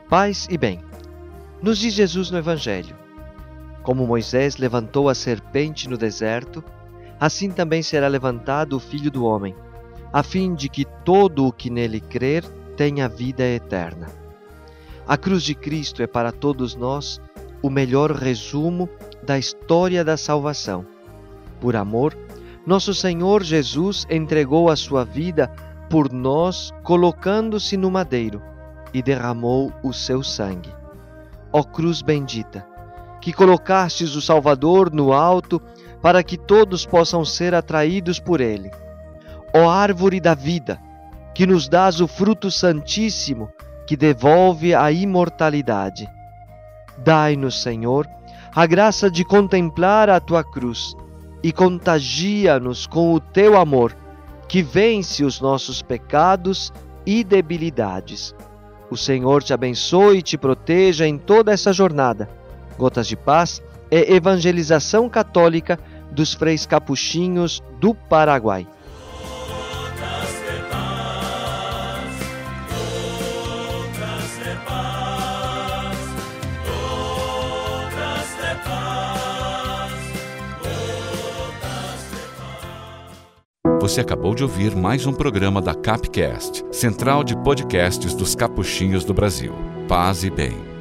Paz e bem. Nos diz Jesus no Evangelho: como Moisés levantou a serpente no deserto, assim também será levantado o Filho do Homem, a fim de que todo o que nele crer tenha vida eterna. A cruz de Cristo é para todos nós o melhor resumo da história da salvação. Por amor, nosso Senhor Jesus entregou a sua vida por nós, colocando-se no madeiro, e derramou o seu sangue. Ó cruz bendita, que colocastes o Salvador no alto para que todos possam ser atraídos por ele. Ó árvore da vida, que nos dás o fruto santíssimo que devolve a imortalidade. Dai-nos, Senhor, a graça de contemplar a tua cruz e contagia-nos com o teu amor, que vence os nossos pecados e debilidades. O Senhor te abençoe e te proteja em toda essa jornada. Gotas de Paz é evangelização católica dos freis capuchinhos do Paraguai. Você acabou de ouvir mais um programa da Capcast, Central de Podcasts dos Capuchinhos do Brasil. Paz e bem.